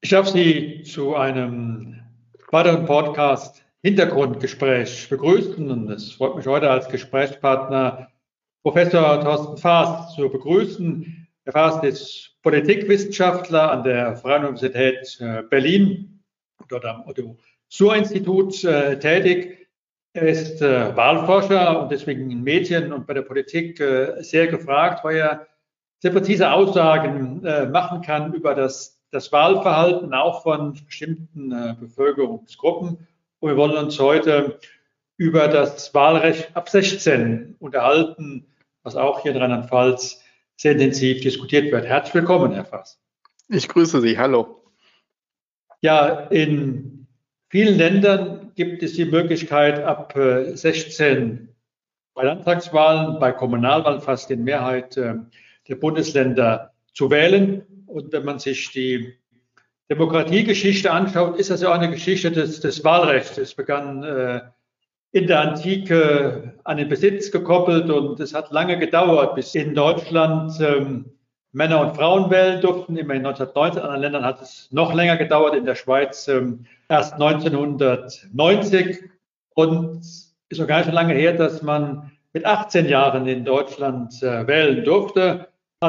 Ich darf Sie zu einem weiteren Podcast Hintergrundgespräch begrüßen und es freut mich heute als Gesprächspartner Professor Thorsten Faast zu begrüßen. Herr Faast ist Politikwissenschaftler an der Freien Universität Berlin, dort am Otto-Suhr-Institut tätig. Er ist Wahlforscher und deswegen in Medien und bei der Politik sehr gefragt, weil er sehr präzise Aussagen machen kann über das Wahlverhalten auch von bestimmten Bevölkerungsgruppen. Und wir wollen uns heute über das Wahlrecht ab 16 unterhalten, was auch hier in Rheinland-Pfalz sehr intensiv diskutiert wird. Herzlich willkommen, Herr Faast. Ich grüße Sie, hallo. Ja, in vielen Ländern gibt es die Möglichkeit, ab 16 bei Landtagswahlen, bei Kommunalwahlen fast in Mehrheit der Bundesländer zu wählen. Und wenn man sich die Demokratiegeschichte anschaut, ist das ja auch eine Geschichte des Wahlrechts. Es begann in der Antike an den Besitz gekoppelt und es hat lange gedauert, bis in Deutschland Männer und Frauen wählen durften. Immerhin 1919, in anderen Ländern hat es noch länger gedauert, in der Schweiz erst 1990. Und es ist noch gar nicht so lange her, dass man mit 18 Jahren in Deutschland wählen durfte.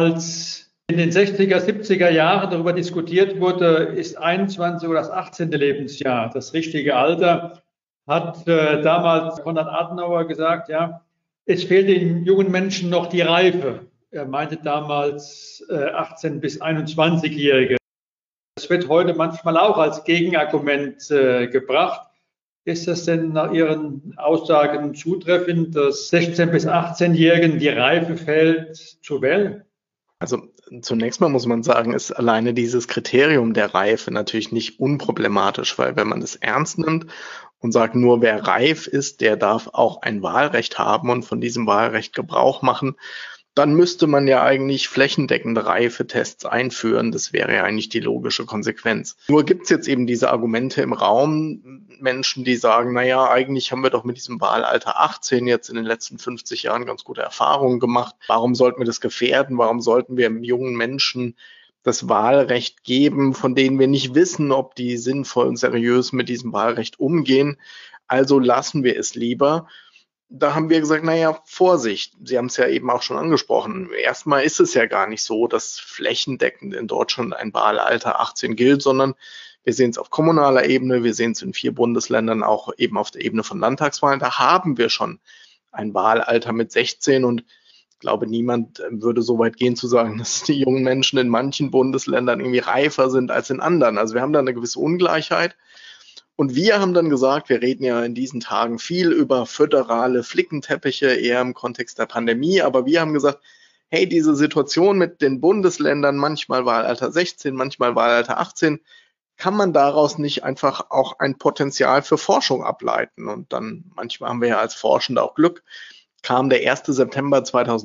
Als in den 60er, 70er Jahren darüber diskutiert wurde, ist 21 oder das 18. Lebensjahr das richtige Alter, hat damals Konrad Adenauer gesagt, ja, es fehlt den jungen Menschen noch die Reife. Er meinte damals 18- bis 21-Jährige. Das wird heute manchmal auch als Gegenargument gebracht. Ist das denn nach Ihren Aussagen zutreffend, dass 16- bis 18-Jährigen die Reife fehlt zu wählen? Also zunächst mal muss man sagen, ist alleine dieses Kriterium der Reife natürlich nicht unproblematisch, weil wenn man es ernst nimmt und sagt, nur wer reif ist, der darf auch ein Wahlrecht haben und von diesem Wahlrecht Gebrauch machen, dann müsste man ja eigentlich flächendeckende Reifetests einführen. Das wäre ja eigentlich die logische Konsequenz. Nur gibt es jetzt eben diese Argumente im Raum, Menschen, die sagen, naja, eigentlich haben wir doch mit diesem Wahlalter 18 jetzt in den letzten 50 Jahren ganz gute Erfahrungen gemacht. Warum sollten wir das gefährden? Warum sollten wir jungen Menschen das Wahlrecht geben, von denen wir nicht wissen, ob die sinnvoll und seriös mit diesem Wahlrecht umgehen? Also lassen wir es lieber. Da haben wir gesagt, naja, Vorsicht, Sie haben es ja eben auch schon angesprochen. Erstmal ist es ja gar nicht so, dass flächendeckend in Deutschland ein Wahlalter 18 gilt, sondern wir sehen es auf kommunaler Ebene, wir sehen es in 4 Bundesländern, auch eben auf der Ebene von Landtagswahlen. Da haben wir schon ein Wahlalter mit 16 und ich glaube, niemand würde so weit gehen zu sagen, dass die jungen Menschen in manchen Bundesländern irgendwie reifer sind als in anderen. Also wir haben da eine gewisse Ungleichheit. Und wir haben dann gesagt, wir reden ja in diesen Tagen viel über föderale Flickenteppiche, eher im Kontext der Pandemie, aber wir haben gesagt, hey, diese Situation mit den Bundesländern, manchmal Wahlalter 16, manchmal Wahlalter 18, kann man daraus nicht einfach auch ein Potenzial für Forschung ableiten? Und dann, manchmal haben wir ja als Forschende auch Glück, kam der 1. September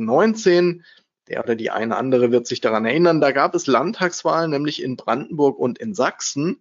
2019, der oder die eine andere wird sich daran erinnern, da gab es Landtagswahlen, nämlich in Brandenburg und in Sachsen.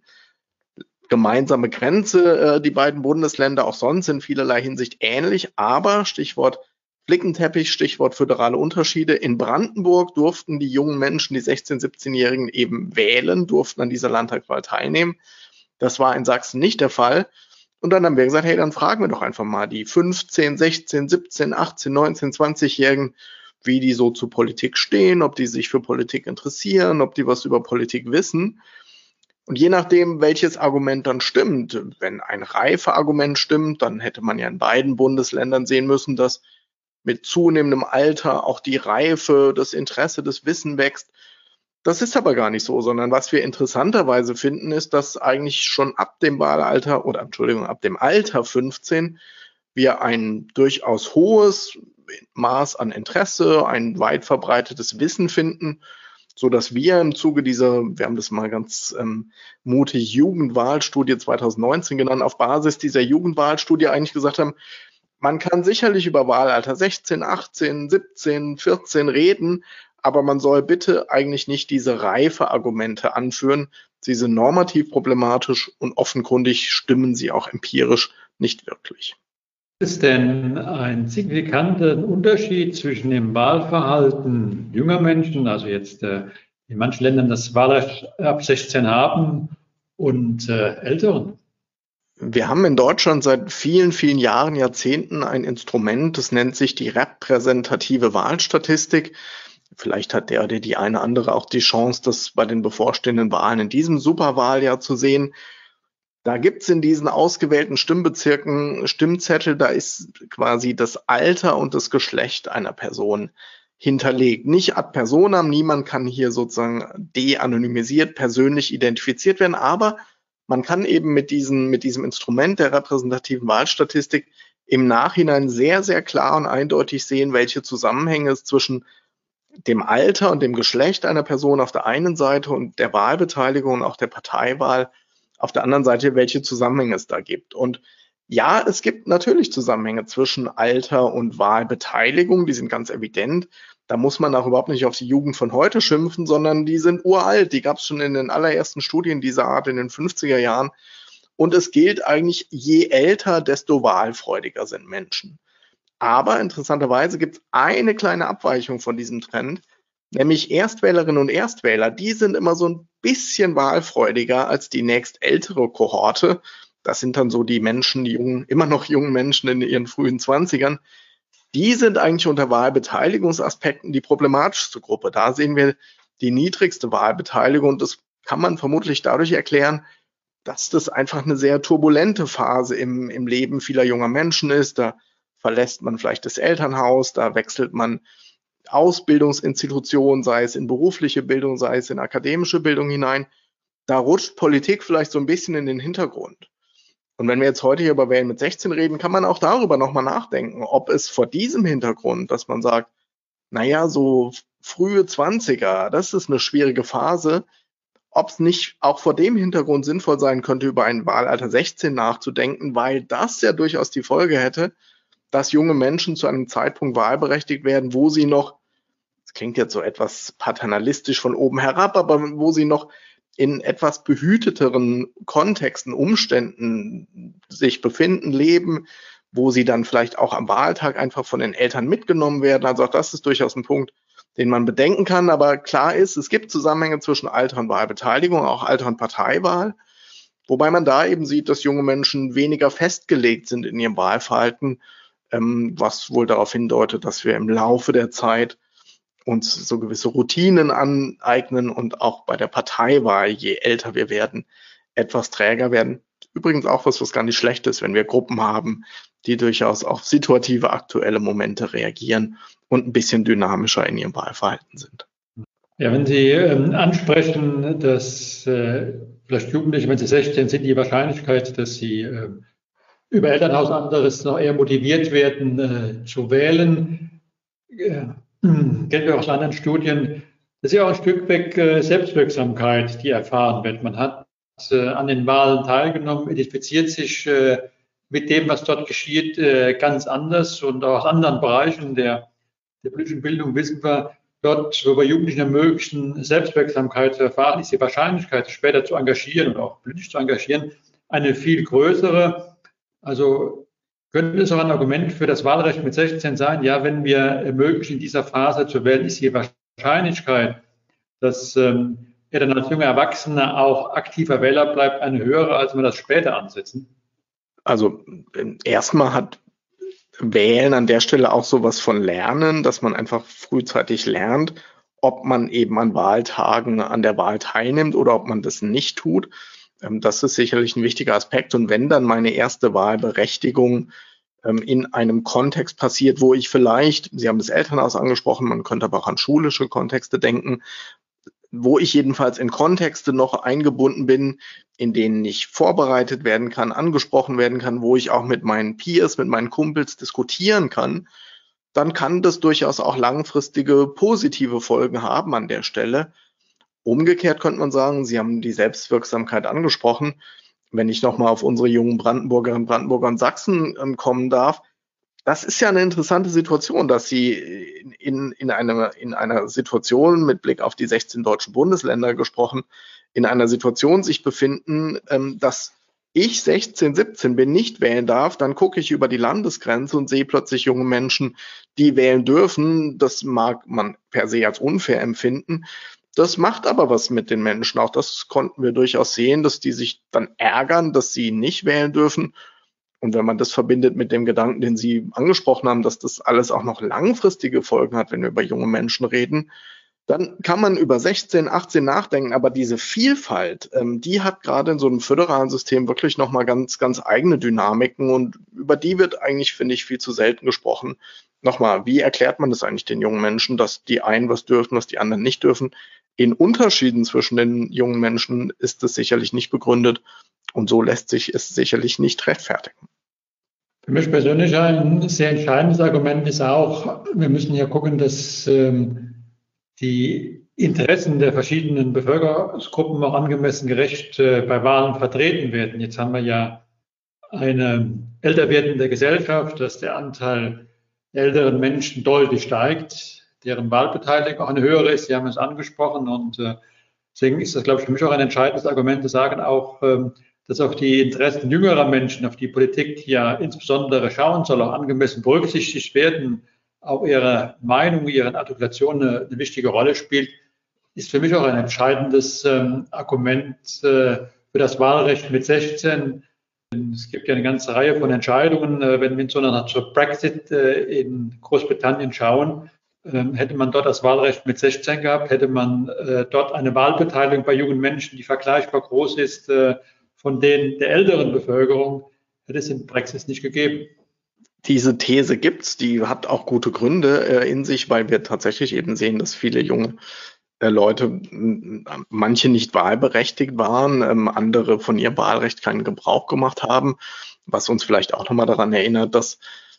Gemeinsame Grenze, die beiden Bundesländer, auch sonst in vielerlei Hinsicht ähnlich, aber Stichwort Flickenteppich, Stichwort föderale Unterschiede. In Brandenburg durften die jungen Menschen, die 16-, 17-Jährigen eben wählen, durften an dieser Landtagswahl teilnehmen. Das war in Sachsen nicht der Fall. Und dann haben wir gesagt, hey, dann fragen wir doch einfach mal die 15, 16, 17, 18, 19, 20-Jährigen, wie die so zu Politik stehen, ob die sich für Politik interessieren, ob die was über Politik wissen. Und je nachdem, welches Argument dann stimmt, wenn ein Reifeargument stimmt, dann hätte man ja in beiden Bundesländern sehen müssen, dass mit zunehmendem Alter auch die Reife, das Interesse, das Wissen wächst. Das ist aber gar nicht so, sondern was wir interessanterweise finden, ist, dass eigentlich schon ab dem Wahlalter ab dem Alter 15 wir ein durchaus hohes Maß an Interesse, ein weit verbreitetes Wissen finden, so dass wir im Zuge dieser, wir haben das mal ganz mutig Jugendwahlstudie 2019 genannt, auf Basis dieser Jugendwahlstudie eigentlich gesagt haben, man kann sicherlich über Wahlalter 16, 18, 17, 14 reden, aber man soll bitte eigentlich nicht diese Reifeargumente anführen. Sie sind normativ problematisch und offenkundig stimmen sie auch empirisch nicht wirklich. Ist denn ein signifikanter Unterschied zwischen dem Wahlverhalten junger Menschen, also jetzt in manchen Ländern das Wahlrecht ab 16 haben, und Älteren? Wir haben in Deutschland seit vielen, vielen Jahren, Jahrzehnten ein Instrument, das nennt sich die repräsentative Wahlstatistik. Vielleicht hat der oder die eine andere auch die Chance, das bei den bevorstehenden Wahlen in diesem Superwahljahr zu sehen. Da gibt's in diesen ausgewählten Stimmbezirken Stimmzettel, da ist quasi das Alter und das Geschlecht einer Person hinterlegt. Nicht ad personam, niemand kann hier sozusagen de-anonymisiert persönlich identifiziert werden, aber man kann eben mit diesem Instrument der repräsentativen Wahlstatistik im Nachhinein sehr, sehr klar und eindeutig sehen, welche Zusammenhänge es zwischen dem Alter und dem Geschlecht einer Person auf der einen Seite und der Wahlbeteiligung und auch der Parteiwahl auf der anderen Seite, welche Zusammenhänge es da gibt. Und ja, es gibt natürlich Zusammenhänge zwischen Alter und Wahlbeteiligung, die sind ganz evident. Da muss man auch überhaupt nicht auf die Jugend von heute schimpfen, sondern die sind uralt. Die gab es schon in den allerersten Studien dieser Art in den 50er Jahren. Und es gilt eigentlich, je älter, desto wahlfreudiger sind Menschen. Aber interessanterweise gibt es eine kleine Abweichung von diesem Trend, nämlich Erstwählerinnen und Erstwähler, die sind immer so ein bisschen wahlfreudiger als die nächst ältere Kohorte. Das sind dann so die Menschen, die immer noch jungen Menschen in ihren frühen 20ern. Die sind eigentlich unter Wahlbeteiligungsaspekten die problematischste Gruppe. Da sehen wir die niedrigste Wahlbeteiligung und das kann man vermutlich dadurch erklären, dass das einfach eine sehr turbulente Phase im Leben vieler junger Menschen ist. Da verlässt man vielleicht das Elternhaus, da wechselt man Ausbildungsinstitutionen, sei es in berufliche Bildung, sei es in akademische Bildung hinein. Da rutscht Politik vielleicht so ein bisschen in den Hintergrund. Und wenn wir jetzt heute hier über Wählen mit 16 reden, kann man auch darüber nochmal nachdenken, ob es vor diesem Hintergrund, dass man sagt, naja, so frühe 20er, das ist eine schwierige Phase, ob es nicht auch vor dem Hintergrund sinnvoll sein könnte, über ein Wahlalter 16 nachzudenken, weil das ja durchaus die Folge hätte, dass junge Menschen zu einem Zeitpunkt wahlberechtigt werden, wo sie noch, das klingt jetzt so etwas paternalistisch von oben herab, aber wo sie noch in etwas behüteteren Kontexten, Umständen sich befinden, leben, wo sie dann vielleicht auch am Wahltag einfach von den Eltern mitgenommen werden. Also auch das ist durchaus ein Punkt, den man bedenken kann. Aber klar ist, es gibt Zusammenhänge zwischen Alter und Wahlbeteiligung, auch Alter und Parteiwahl. Wobei man da eben sieht, dass junge Menschen weniger festgelegt sind in ihrem Wahlverhalten, was wohl darauf hindeutet, dass wir im Laufe der Zeit uns so gewisse Routinen aneignen und auch bei der Parteiwahl, je älter wir werden, etwas träger werden. Übrigens auch was gar nicht schlecht ist, wenn wir Gruppen haben, die durchaus auf situative, aktuelle Momente reagieren und ein bisschen dynamischer in ihrem Wahlverhalten sind. Ja, wenn Sie ansprechen, dass vielleicht Jugendliche, wenn sie 16 sind, die Wahrscheinlichkeit, dass sie über Elternhaus anderes noch eher motiviert werden zu wählen, kennen wir aus anderen Studien, das ist ja auch ein Stück weg Selbstwirksamkeit, die erfahren wird. Man hat an den Wahlen teilgenommen, identifiziert sich mit dem, was dort geschieht, ganz anders und auch aus anderen Bereichen der politischen Bildung wissen wir, dort, wo wir Jugendlichen ermöglichen, Selbstwirksamkeit zu erfahren, ist die Wahrscheinlichkeit, sich später zu engagieren und auch politisch zu engagieren, eine viel größere. Also könnte es auch ein Argument für das Wahlrecht mit 16 sein? Ja, wenn wir ermöglichen, in dieser Phase zu wählen, ist die Wahrscheinlichkeit, dass er dann als junger Erwachsener auch aktiver Wähler bleibt, eine höhere, als wir das später ansetzen? Also erstmal hat Wählen an der Stelle auch sowas von Lernen, dass man einfach frühzeitig lernt, ob man eben an Wahltagen an der Wahl teilnimmt oder ob man das nicht tut. Das ist sicherlich ein wichtiger Aspekt. Und wenn dann meine erste Wahlberechtigung in einem Kontext passiert, wo ich vielleicht, Sie haben das Elternhaus angesprochen, man könnte aber auch an schulische Kontexte denken, wo ich jedenfalls in Kontexte noch eingebunden bin, in denen ich vorbereitet werden kann, angesprochen werden kann, wo ich auch mit meinen Peers, mit meinen Kumpels diskutieren kann, dann kann das durchaus auch langfristige positive Folgen haben an der Stelle. Umgekehrt könnte man sagen, Sie haben die Selbstwirksamkeit angesprochen. Wenn ich nochmal auf unsere jungen Brandenburgerinnen, Brandenburger und Sachsen kommen darf, das ist ja eine interessante Situation, dass Sie in einer Situation mit Blick auf die 16 deutschen Bundesländer gesprochen, in einer Situation sich befinden, dass ich 16, 17 bin, nicht wählen darf, dann gucke ich über die Landesgrenze und sehe plötzlich junge Menschen, die wählen dürfen. Das mag man per se als unfair empfinden. Das macht aber was mit den Menschen. Auch das konnten wir durchaus sehen, dass die sich dann ärgern, dass sie nicht wählen dürfen. Und wenn man das verbindet mit dem Gedanken, den Sie angesprochen haben, dass das alles auch noch langfristige Folgen hat, wenn wir über junge Menschen reden, dann kann man über 16, 18 nachdenken. Aber diese Vielfalt, die hat gerade in so einem föderalen System wirklich nochmal ganz, ganz eigene Dynamiken. Und über die wird eigentlich, finde ich, viel zu selten gesprochen. Nochmal, wie erklärt man das eigentlich den jungen Menschen, dass die einen was dürfen, was die anderen nicht dürfen? In Unterschieden zwischen den jungen Menschen ist es sicherlich nicht begründet. Und so lässt sich es sicherlich nicht rechtfertigen. Für mich persönlich ein sehr entscheidendes Argument ist auch, wir müssen ja gucken, dass die Interessen der verschiedenen Bevölkerungsgruppen auch angemessen gerecht bei Wahlen vertreten werden. Jetzt haben wir ja eine älter werdende Gesellschaft, dass der Anteil der älteren Menschen deutlich steigt, deren Wahlbeteiligung auch eine höhere ist. Sie haben es angesprochen und deswegen ist das, glaube ich, für mich auch ein entscheidendes Argument zu sagen, auch dass auf die Interessen jüngerer Menschen, auf die Politik ja insbesondere schauen soll, auch angemessen berücksichtigt werden, auch ihre Meinung, ihre Artikulation eine wichtige Rolle spielt, ist für mich auch ein entscheidendes Argument für das Wahlrecht mit 16. Es gibt ja eine ganze Reihe von Entscheidungen, wenn wir insbesondere zur Brexit in Großbritannien schauen, hätte man dort das Wahlrecht mit 16 gehabt, hätte man dort eine Wahlbeteiligung bei jungen Menschen, die vergleichbar groß ist von denen der älteren Bevölkerung, hätte es den Brexit nicht gegeben. Diese These gibt's, die hat auch gute Gründe in sich, weil wir tatsächlich eben sehen, dass viele junge Leute, manche nicht wahlberechtigt waren, andere von ihrem Wahlrecht keinen Gebrauch gemacht haben, was uns vielleicht auch nochmal daran erinnert, dass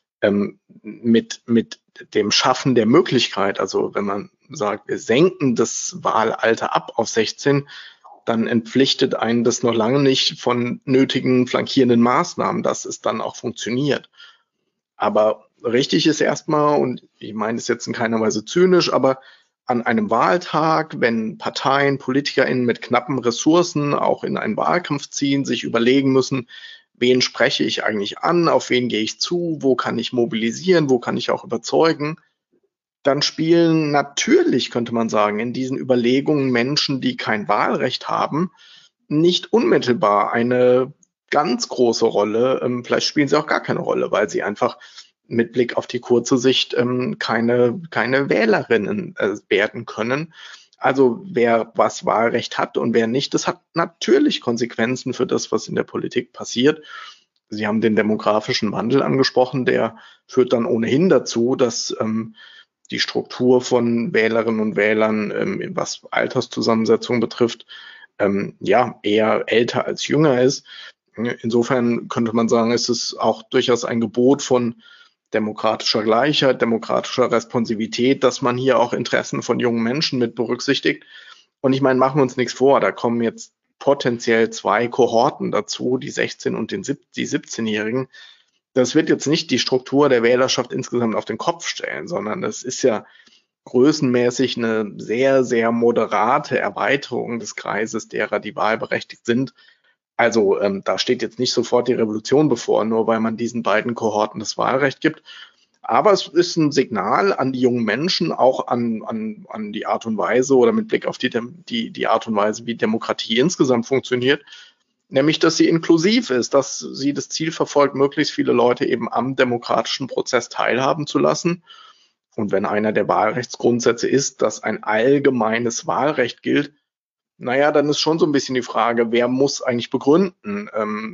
mit dem Schaffen der Möglichkeit, also wenn man sagt, wir senken das Wahlalter ab auf 16, dann entpflichtet einen das noch lange nicht von nötigen flankierenden Maßnahmen, dass es dann auch funktioniert. Aber richtig ist erstmal, und ich meine es jetzt in keiner Weise zynisch, aber an einem Wahltag, wenn Parteien, PolitikerInnen mit knappen Ressourcen auch in einen Wahlkampf ziehen, sich überlegen müssen, wen spreche ich eigentlich an, auf wen gehe ich zu, wo kann ich mobilisieren, wo kann ich auch überzeugen, dann spielen natürlich, könnte man sagen, in diesen Überlegungen Menschen, die kein Wahlrecht haben, nicht unmittelbar eine ganz große Rolle. Vielleicht spielen sie auch gar keine Rolle, weil sie einfach mit Blick auf die kurze Sicht keine Wählerinnen werden können. Also wer was Wahlrecht hat und wer nicht, das hat natürlich Konsequenzen für das, was in der Politik passiert. Sie haben den demografischen Wandel angesprochen, der führt dann ohnehin dazu, dass die Struktur von Wählerinnen und Wählern, was Alterszusammensetzung betrifft, ja, eher älter als jünger ist. Insofern könnte man sagen, ist es auch durchaus ein Gebot von demokratischer Gleichheit, demokratischer Responsivität, dass man hier auch Interessen von jungen Menschen mit berücksichtigt. Und ich meine, machen wir uns nichts vor, da kommen jetzt potenziell 2 Kohorten dazu, die 16- und die 17-Jährigen. Das wird jetzt nicht die Struktur der Wählerschaft insgesamt auf den Kopf stellen, sondern das ist ja größenmäßig eine sehr, sehr moderate Erweiterung des Kreises derer, die wahlberechtigt sind. Also da steht jetzt nicht sofort die Revolution bevor, nur weil man diesen beiden Kohorten das Wahlrecht gibt. Aber es ist ein Signal an die jungen Menschen, auch an die Art und Weise oder mit Blick auf die Art und Weise, wie Demokratie insgesamt funktioniert, nämlich, dass sie inklusiv ist, dass sie das Ziel verfolgt, möglichst viele Leute eben am demokratischen Prozess teilhaben zu lassen. Und wenn einer der Wahlrechtsgrundsätze ist, dass ein allgemeines Wahlrecht gilt, naja, dann ist schon so ein bisschen die Frage, wer muss eigentlich begründen,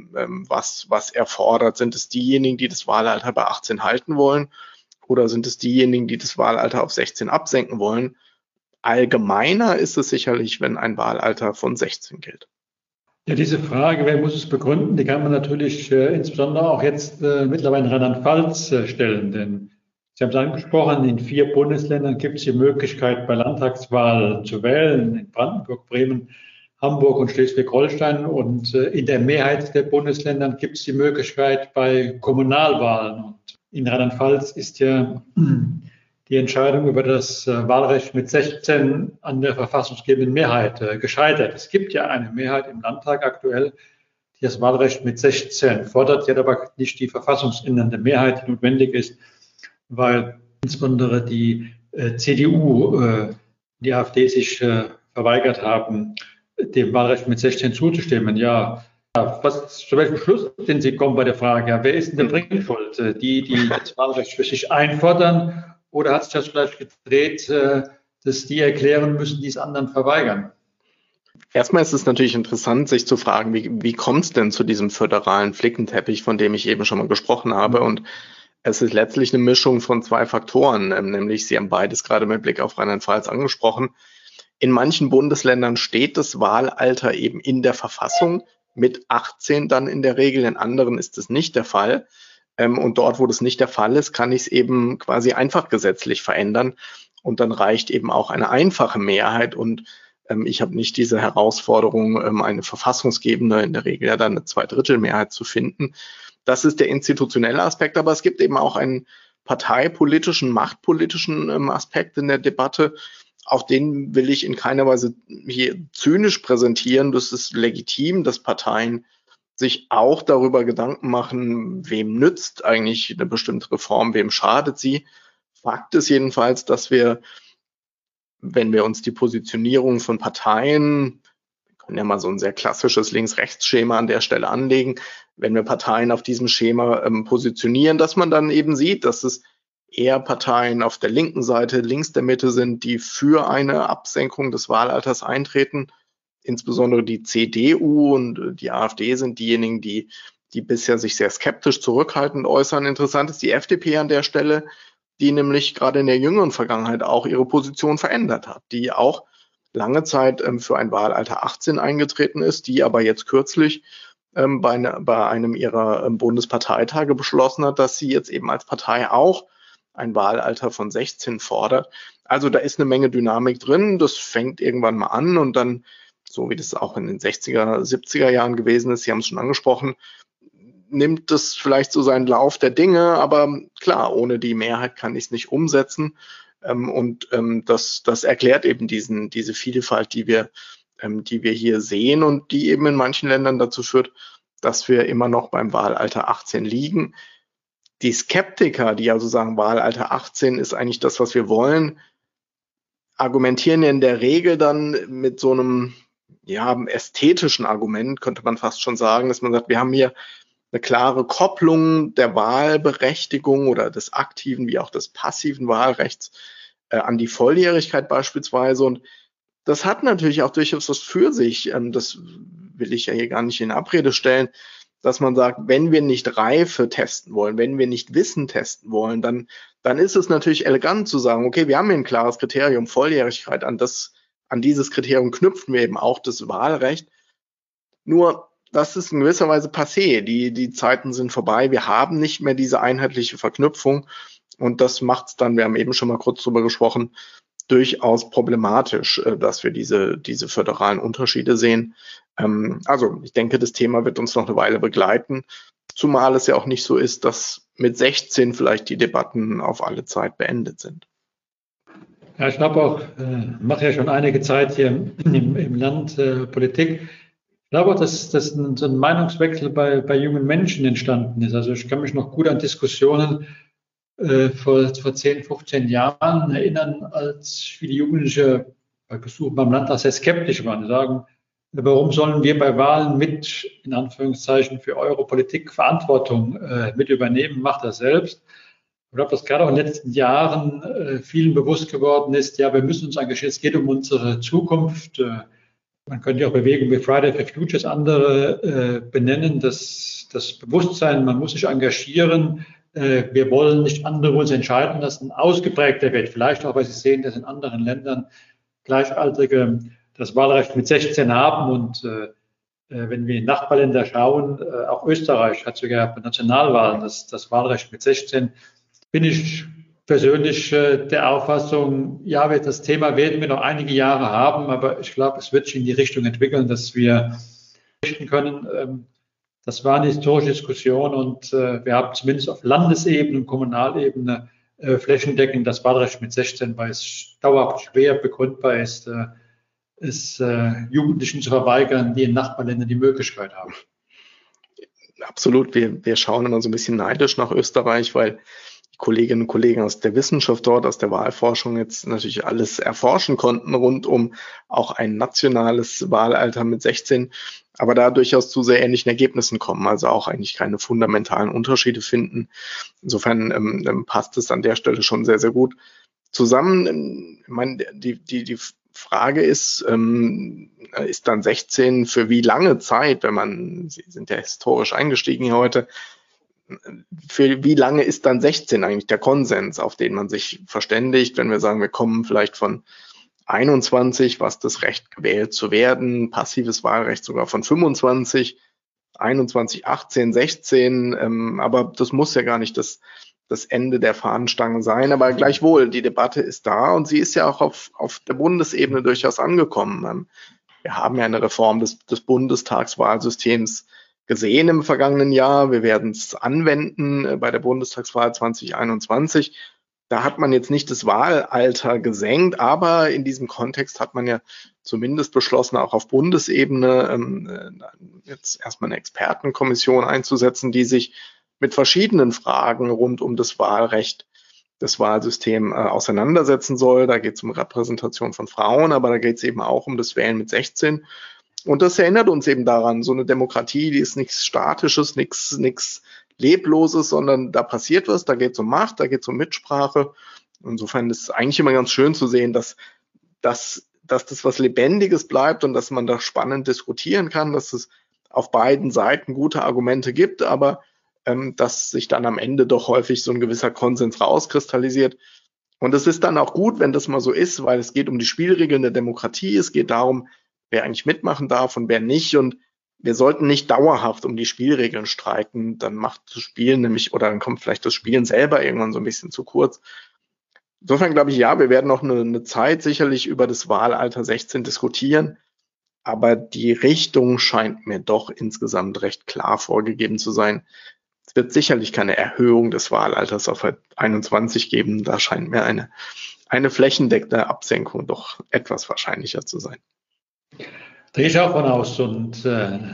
was er fordert. Sind es diejenigen, die das Wahlalter bei 18 halten wollen, oder sind es diejenigen, die das Wahlalter auf 16 absenken wollen? Allgemeiner ist es sicherlich, wenn ein Wahlalter von 16 gilt. Ja, diese Frage, wer muss es begründen, die kann man natürlich insbesondere auch jetzt mittlerweile in Rheinland-Pfalz stellen. Denn Sie haben es angesprochen, in 4 Bundesländern gibt es die Möglichkeit, bei Landtagswahlen zu wählen, in Brandenburg, Bremen, Hamburg und Schleswig-Holstein. Und in der Mehrheit der Bundesländern gibt es die Möglichkeit bei Kommunalwahlen. Und in Rheinland-Pfalz ist ja die Entscheidung über das Wahlrecht mit 16 an der verfassungsgebenden Mehrheit gescheitert. Es gibt ja eine Mehrheit im Landtag aktuell, die das Wahlrecht mit 16 fordert. Sie hat aber nicht die verfassungsändernde Mehrheit, die notwendig ist, weil insbesondere die CDU, die AfD sich verweigert haben, dem Wahlrecht mit 16 zuzustimmen. Ja, zu welchem Schluss sind Sie kommen bei der Frage, ja, wer ist denn der Bringschuld? Die das Wahlrecht für sich einfordern, oder hat sich das vielleicht gedreht, dass die erklären müssen, die es anderen verweigern? Erstmal ist es natürlich interessant, sich zu fragen, wie kommt es denn zu diesem föderalen Flickenteppich, von dem ich eben schon mal gesprochen habe? Und es ist letztlich eine Mischung von zwei Faktoren, nämlich Sie haben beides gerade mit Blick auf Rheinland-Pfalz angesprochen. In manchen Bundesländern steht das Wahlalter eben in der Verfassung mit 18 dann in der Regel, in anderen ist es nicht der Fall. Und dort, wo das nicht der Fall ist, kann ich es eben quasi einfach gesetzlich verändern. Und dann reicht eben auch eine einfache Mehrheit. Und ich habe nicht diese Herausforderung, eine verfassungsgebende, in der Regel ja dann eine Zweidrittelmehrheit zu finden. Das ist der institutionelle Aspekt, aber es gibt eben auch einen parteipolitischen, machtpolitischen Aspekt in der Debatte. Auch den will ich in keiner Weise hier zynisch präsentieren. Das ist legitim, dass Parteien sich auch darüber Gedanken machen, wem nützt eigentlich eine bestimmte Reform, wem schadet sie. Fakt ist jedenfalls, dass wir, wenn wir uns die Positionierung von Parteien, wir können ja mal so ein sehr klassisches Links-Rechts-Schema an der Stelle anlegen, wenn wir Parteien auf diesem Schema positionieren, dass man dann eben sieht, dass es eher Parteien auf der linken Seite, links der Mitte sind, die für eine Absenkung des Wahlalters eintreten. Insbesondere die CDU und die AfD sind diejenigen, die bisher sich sehr skeptisch zurückhaltend äußern. Interessant ist die FDP an der Stelle, die nämlich gerade in der jüngeren Vergangenheit auch ihre Position verändert hat, die auch lange Zeit für ein Wahlalter 18 eingetreten ist, die aber jetzt kürzlich bei einem ihrer Bundesparteitage beschlossen hat, dass sie jetzt eben als Partei auch ein Wahlalter von 16 fordert. Also da ist eine Menge Dynamik drin, das fängt irgendwann mal an und dann, so wie das auch in den 60er, 70er Jahren gewesen ist, Sie haben es schon angesprochen, nimmt das vielleicht so seinen Lauf der Dinge, aber klar, ohne die Mehrheit kann ich es nicht umsetzen. Das erklärt eben diese Vielfalt, die wir hier sehen und die eben in manchen Ländern dazu führt, dass wir immer noch beim Wahlalter 18 liegen. Die Skeptiker, die also sagen, Wahlalter 18 ist eigentlich das, was wir wollen, argumentieren ja in der Regel dann mit so einem ästhetischen Argument, könnte man fast schon sagen, dass man sagt, wir haben hier eine klare Kopplung der Wahlberechtigung oder des aktiven wie auch des passiven Wahlrechts an die Volljährigkeit beispielsweise. Und das hat natürlich auch durchaus was für sich. Das will ich ja hier gar nicht in Abrede stellen, dass man sagt, wenn wir nicht Reife testen wollen, wenn wir nicht Wissen testen wollen, dann ist es natürlich elegant zu sagen, okay, wir haben hier ein klares Kriterium, Volljährigkeit, an dieses Kriterium knüpfen wir eben auch das Wahlrecht. Nur, das ist in gewisser Weise passé. Die Zeiten sind vorbei. Wir haben nicht mehr diese einheitliche Verknüpfung. Und das macht es dann, wir haben eben schon mal kurz drüber gesprochen, durchaus problematisch, dass wir diese föderalen Unterschiede sehen. Also ich denke, das Thema wird uns noch eine Weile begleiten, zumal es ja auch nicht so ist, dass mit 16 vielleicht die Debatten auf alle Zeit beendet sind. Ja, ich glaube auch, mache ja schon einige Zeit hier im Land Politik. Ich glaube auch, dass so ein Meinungswechsel bei jungen Menschen entstanden ist. Also ich kann mich noch gut an Diskussionen vor 10, 15 Jahren erinnern, als viele Jugendliche bei Besuchen beim Landtag sehr skeptisch waren. Die sagen, warum sollen wir bei Wahlen mit, in Anführungszeichen, für eure Politik Verantwortung mit übernehmen? Macht das selbst. Ich glaube, dass gerade auch in den letzten Jahren vielen bewusst geworden ist, ja, wir müssen uns engagieren, es geht um unsere Zukunft. Man könnte ja auch Bewegungen wie Friday for Futures andere benennen, das Bewusstsein, man muss sich engagieren. Wir wollen nicht andere uns entscheiden lassen, ausgeprägter wird. Vielleicht auch, weil Sie sehen, dass in anderen Ländern Gleichaltrige das Wahlrecht mit 16 haben. Und wenn wir in Nachbarländer schauen, auch Österreich hat sogar bei Nationalwahlen das Wahlrecht mit 16. Bin ich persönlich der Auffassung, ja, das Thema werden wir noch einige Jahre haben, aber ich glaube, es wird sich in die Richtung entwickeln, dass wir richten können. Das war eine historische Diskussion und wir haben zumindest auf Landesebene und Kommunalebene flächendeckend das Wahlrecht mit 16, weil es dauerhaft schwer begründbar ist, es Jugendlichen zu verweigern, die in Nachbarländern die Möglichkeit haben. Absolut, wir schauen immer so ein bisschen neidisch nach Österreich, weil die Kolleginnen und Kollegen aus der Wissenschaft dort, aus der Wahlforschung jetzt natürlich alles erforschen konnten rund um auch ein nationales Wahlalter mit 16, aber da durchaus zu sehr ähnlichen Ergebnissen kommen, also auch eigentlich keine fundamentalen Unterschiede finden. Insofern passt es an der Stelle schon sehr, sehr gut zusammen. Ich meine, die Frage ist dann 16 für wie lange Zeit, Sie sind ja historisch eingestiegen hier heute, für wie lange ist dann 16 eigentlich der Konsens, auf den man sich verständigt, wenn wir sagen, wir kommen vielleicht von 21, was das Recht gewählt zu werden, passives Wahlrecht sogar von 25, 21, 18, 16, aber das muss ja gar nicht das Ende der Fahnenstange sein, aber gleichwohl, die Debatte ist da und sie ist ja auch auf der Bundesebene durchaus angekommen. Wir haben ja eine Reform des Bundestagswahlsystems gesehen im vergangenen Jahr. Wir werden es anwenden bei der Bundestagswahl 2021. Da hat man jetzt nicht das Wahlalter gesenkt, aber in diesem Kontext hat man ja zumindest beschlossen, auch auf Bundesebene jetzt erstmal eine Expertenkommission einzusetzen, die sich mit verschiedenen Fragen rund um das Wahlrecht, das Wahlsystem auseinandersetzen soll. Da geht es um Repräsentation von Frauen, aber da geht es eben auch um das Wählen mit 16. Und das erinnert uns eben daran, so eine Demokratie, die ist nichts Statisches, nichts Lebloses, sondern da passiert was, da geht es um Macht, da geht es um Mitsprache. Insofern ist es eigentlich immer ganz schön zu sehen, dass das was Lebendiges bleibt und dass man da spannend diskutieren kann, dass es auf beiden Seiten gute Argumente gibt, aber dass sich dann am Ende doch häufig so ein gewisser Konsens rauskristallisiert. Und es ist dann auch gut, wenn das mal so ist, weil es geht um die Spielregeln der Demokratie, es geht darum, wer eigentlich mitmachen darf und wer nicht. Und wir sollten nicht dauerhaft um die Spielregeln streiten, dann macht das Spielen nämlich, oder dann kommt vielleicht das Spielen selber irgendwann so ein bisschen zu kurz. Insofern glaube ich, ja, wir werden noch eine Zeit sicherlich über das Wahlalter 16 diskutieren, aber die Richtung scheint mir doch insgesamt recht klar vorgegeben zu sein. Es wird sicherlich keine Erhöhung des Wahlalters auf 21 geben. Da scheint mir eine flächendeckende Absenkung doch etwas wahrscheinlicher zu sein. Da gehe ich auch von aus. Und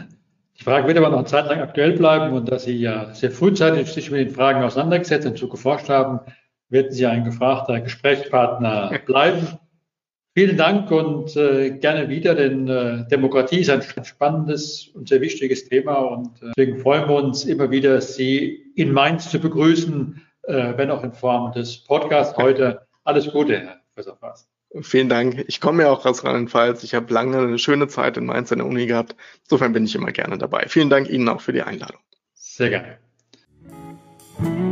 die Frage wird aber noch eine Zeit lang aktuell bleiben. Und da Sie ja sehr frühzeitig sich mit den Fragen auseinandergesetzt und zu geforscht haben, werden Sie ein gefragter Gesprächspartner bleiben. Vielen Dank und gerne wieder, denn Demokratie ist ein spannendes und sehr wichtiges Thema und deswegen freuen wir uns immer wieder, Sie in Mainz zu begrüßen, wenn auch in Form des Podcasts heute. Alles Gute, Herr Professor Faas. Vielen Dank. Ich komme ja auch aus Rheinland-Pfalz. Ich habe lange eine schöne Zeit in Mainz an der Uni gehabt. Insofern bin ich immer gerne dabei. Vielen Dank Ihnen auch für die Einladung. Sehr gerne.